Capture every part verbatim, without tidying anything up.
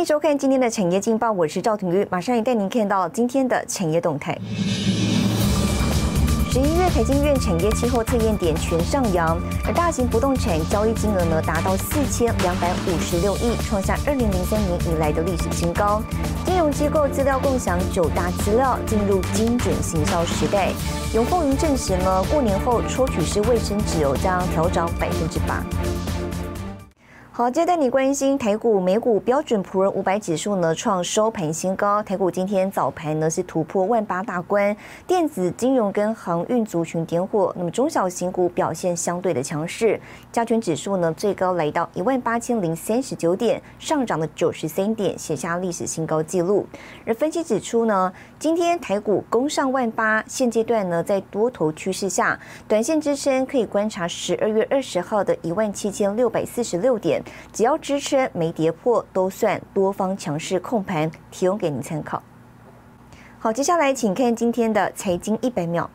迎收看今天的产业劲报，我是赵廷玉，马上也带您看到今天的产业动态。十一月台经院产业气候测验点全上扬，而大型不动产交易金额呢达到四千两百五十六亿，创下二零零三年以来的历史新高。金融机构资料共享九大资料，进入精准行销时代。永丰云证实呢，过年后抽取式卫生纸哦将调涨百分之八。好，接着带你关心台股、美股标准普尔五百指数呢创收盘新高，台股今天早盘呢是突破万八大关，电子、金融跟航运族群点火，那么中小型股表现相对的强势，加权指数呢最高来到一万八千零三十九点，上涨了九十三点，写下历史新高纪录。而分析指出呢，今天台股攻上万八，现阶段呢在多头趋势下，短线支撑可以观察十二月二十号的一万七千六百四十六点。只要支撑没跌破，都算多方强势控盘，提供给您参考。好，接下来请看今天的财经一百秒。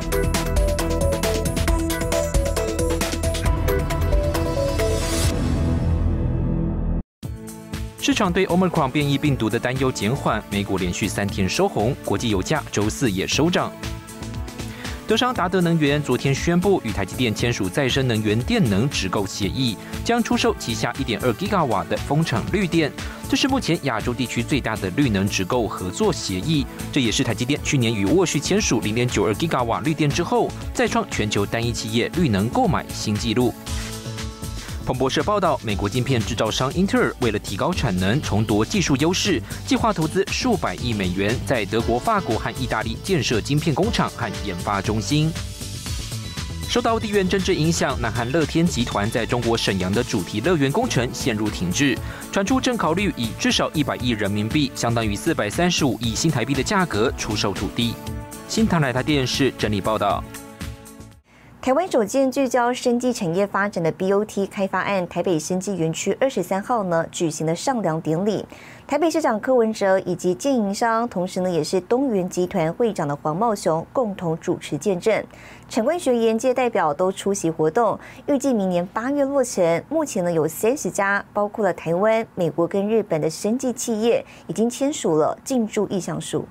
市场对 Omicron 变异病毒的担忧减缓，美股连续三天收红，国际油价周四也收涨。德商达德能源昨天宣布与台积电签署再生能源电能直购协议，将出售旗下 一点二 吉瓦的风场绿电。这是目前亚洲地区最大的绿能直购合作协议，这也是台积电去年与沃旭签署 零点九二 吉瓦绿电之后，再创全球单一企业绿能购买新纪录。彭博社报道，美国晶片制造商英特尔为了提高产能、重夺技术优势，计划投资数百亿美元，在德国、法国和意大利建设晶片工厂和研发中心。受到地缘政治影响，南韩乐天集团在中国沈阳的主题乐园工程陷入停滞，传出正考虑以至少一百亿人民币，相当于四百三十五亿新台币的价格出售土地。新唐人台电视整理报道。 台湾首件聚焦生技产业发展的 B O T 开发案，台北生技园区二十三号呢举行了上梁典礼。台北市长柯文哲以及建营商，同时呢也是东元集团会长的黄茂雄共同主持见证。产官学研界代表都出席活动，预计明年八月落成。目前呢有三十家，包括了台湾、美国跟日本的生技企业，已经签署了进驻意向书。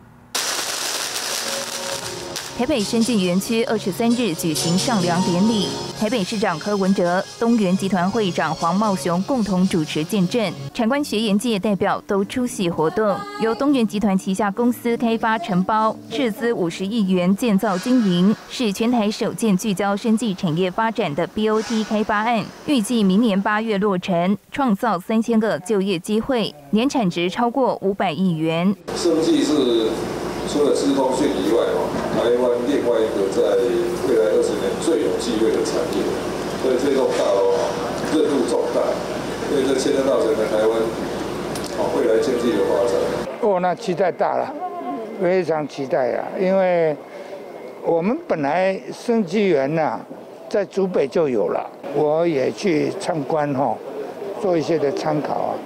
台北生技园区二十三日举行上梁典礼，台北市长柯文哲、东元集团会长黄茂雄共同主持见证，产官学研界代表都出席活动。由东元集团旗下公司开发承包，斥资五十亿元建造经营，是全台首件聚焦生技产业发展的 B O T 开发案，预计明年八月落成，创造三千个就业机会，年产值超过五百亿元。 生技是除了资通讯以外，台湾另外一个在未来二十年最有机会的产业，所以这栋大楼热度重大，所以这牵涉到整个台湾未来经济的发展。 哦，那期待大了，非常期待啊！因为我们本来生技园呐、啊，在竹北就有了，我也去参观哈、哦，做一些的参考啊。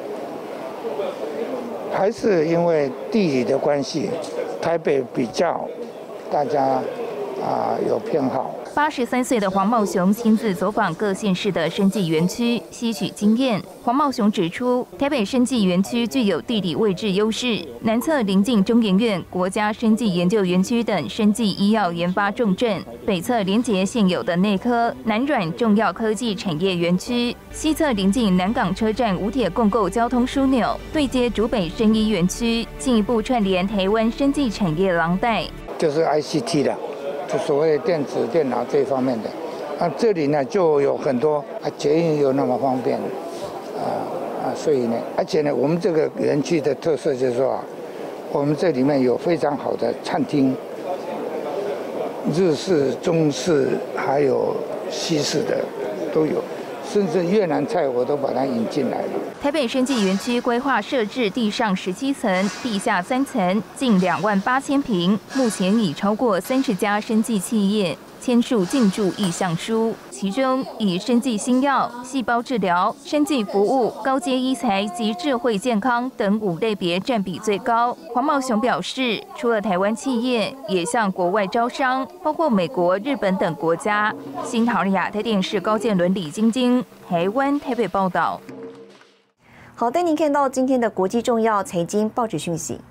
还是因为地理的关系，台北比较大家啊有偏好。 八十三岁的黄茂雄亲自走访各县市的生技园区，吸取经验。黄茂雄指出，台北生技园区具有地理位置优势，南侧临近中研院国家生技研究园区等生技医药研发重镇，北侧连结现有的内科、南软重要科技产业园区，西侧临近南港车站无铁共构交通枢纽，对接竹北生医园区，进一步串联台湾生技产业廊带。 就是 I C T 的。就所谓电子电脑这一方面的，啊，这里呢就有很多啊，捷运又那么方便，啊啊，所以呢，而且呢，我们这个园区的特色就是说啊，我们这里面有非常好的餐厅，日式、中式还有西式的都有。甚至越南菜我都把它引进来了。 台北生技园区规划设置地上十七层、地下三层，近两万八千平，目前已超过三十家生技企业签署进驻意向书，其中以生技新药、细胞治疗、生技服务、高阶医材及智慧健康等五类别占比最高。黄茂雄表示，除了台湾企业，也向国外招商，包括美国、日本等国家。新唐人亚太电视高建伦、李晶晶，台湾台北报道。 好，带您看到今天的国际重要财经报纸讯息。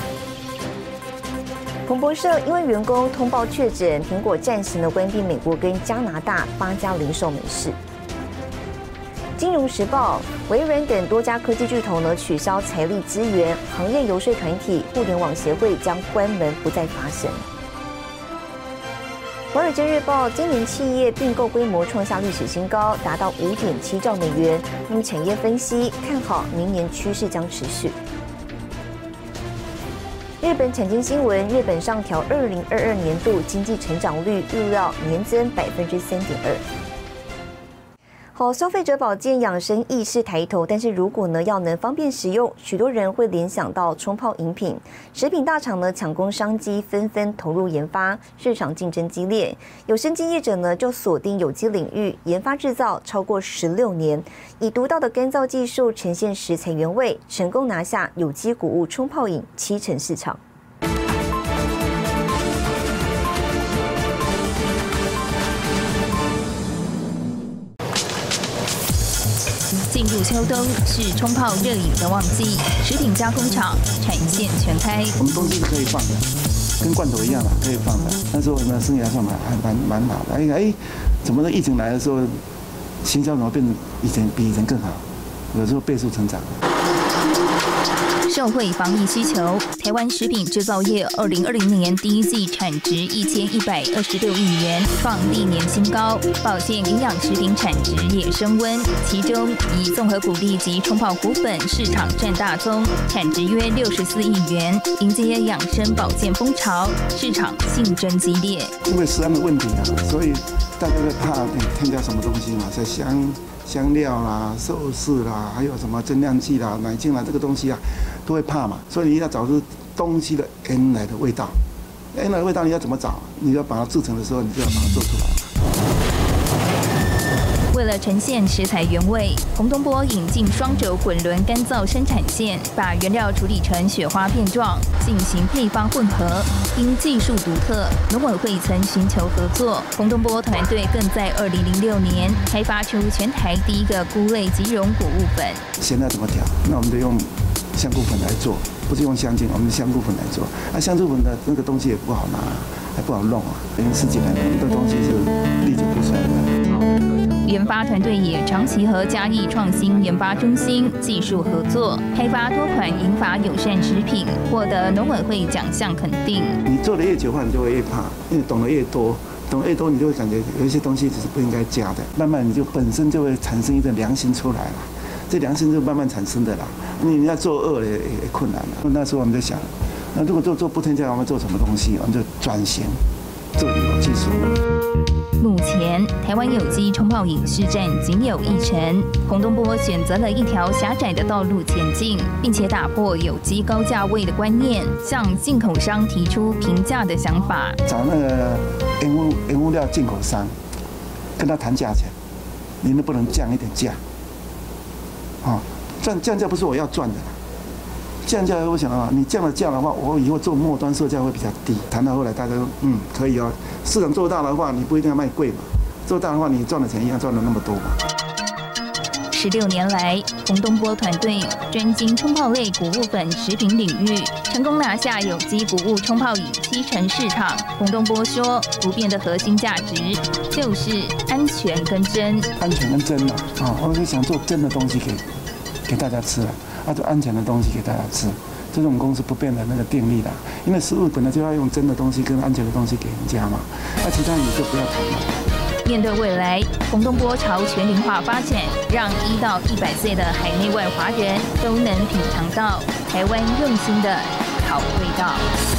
彭博社因为员工通报确诊，苹果暂时呢关闭美国跟加拿大八家零售门市。金融时报，微软等多家科技巨头呢取消财力资源，行业游说团体互联网协会将关门，不再发声。华尔街日报，今年企业并购规模创下历史新高，达到五点七兆美元。那么产业分析看好明年趋势将持续。日本产经新闻，日本上调二零二二年度经济成长率，预料年增百分之三点二。好，消费者保健养生意识抬头，但是如果呢要能方便食用，许多人会联想到冲泡饮品。食品大厂呢抢攻商机，纷纷投入研发，市场竞争激烈。有生技业者呢就锁定有机领域，研发制造超过十六年，以独到的干燥技术呈现食材原味，成功拿下有机谷物冲泡饮七成市场。 进入秋冬是冲泡热饮的旺季，食品加工厂产线全开。 我们东西是可以放的，跟罐头一样的可以放的。那时候呢，生意还算蛮还蛮蛮好的。哎哎，怎么的疫情来的时候，行销怎么变得以前比以前更好？有时候倍数成长。 受惠防疫需求，台湾食品制造业二零二零年第一季产值一千一百二十六亿元，创历年新高。保健营养食品产值也升温，其中以综合谷粒及冲泡谷粉市场占大宗，产值约六十四亿元，迎接养生保健风潮，市场竞争激烈。 因为食安的问题啊，所以大家会怕添加什么东西嘛，在香香料啦、寿司啦，还有什么增量剂啦、奶精啦，这个东西啊。都会怕嘛，所以你要找出东西的原来的味道，原来的味道你要怎么找？你要把它制成的时候，你就要把它做出来。 为了呈现食材原味，洪东波引进双轴滚轮干燥生产线，把原料处理成雪花片状，进行配方混合。因技术独特，农委会曾寻求合作，洪东波团队更在二零零六年开发出全台第一个菇类即溶谷物粉。 现在怎么调？那我们就用香菇粉来做，不是用香精，我们香菇粉来做。啊，香菇粉的那个东西也不好拿，还不好弄啊。因为十几年来，这东西是历久不衰的。 研发团队也长期和嘉义创新研发中心技术合作，开发多款银发友善食品，获得农委会奖项肯定。 你做的越久的话，你就会越怕，因为懂得越多，懂得越多，你就会感觉有一些东西只是不应该加的，慢慢你就本身就会产生一个良心出来了。这良心就慢慢产生的啦，你要做恶也也困难了。那时候我们在想，那如果做做不添加，我们做什么东西？我们就转型做有技术。 目前台湾有机冲泡饮市占仅有一成，洪东波选择了一条狭窄的道路前进，并且打破有机高价位的观念，向进口商提出平价的想法。 找那个原物原物料进口商，跟他谈价钱，你能不能降一点价？啊，降降价不是我要赚的，降价我想啊，你降了价的话，我以后做末端售价会比较低。谈到后来，大家说嗯可以哦，市场做大的话，你不一定要卖贵嘛，做大的话，你赚的钱一样赚了那么多嘛。 十六年来，洪东波团队专精冲泡类谷物粉食品领域，成功拿下有机谷物冲泡饮七成市场。洪东波说，不变的核心价值就是安全跟真。 安全跟真嘛，啊，我是想做真的东西给给大家吃了，啊，做安全的东西给大家吃，这是我们公司不变的那个定力的。因为食物本来就要用真的东西跟安全的东西给人家嘛，那其他你就不要谈了。 面对未来，洪东波朝全龄化发展，让一到一百岁的海内外华人都能品尝到台湾用心的好味道。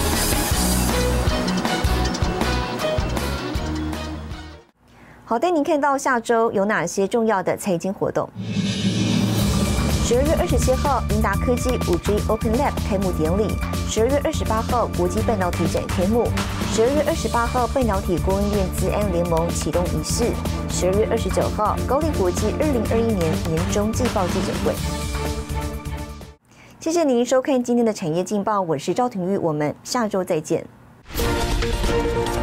好，带您看到下周有哪些重要的财经活动。十二月二十七号，英达科技五 G Open Lab 开幕典礼；十二月二十八号，国际半导体展开幕；十二月二十八号，半导体供应链资安联盟启动仪式；十二月二十九号，高力国际二零二一年年中季报记者会。谢谢您收看今天的产业劲报，我是赵廷玉，我们下周再见。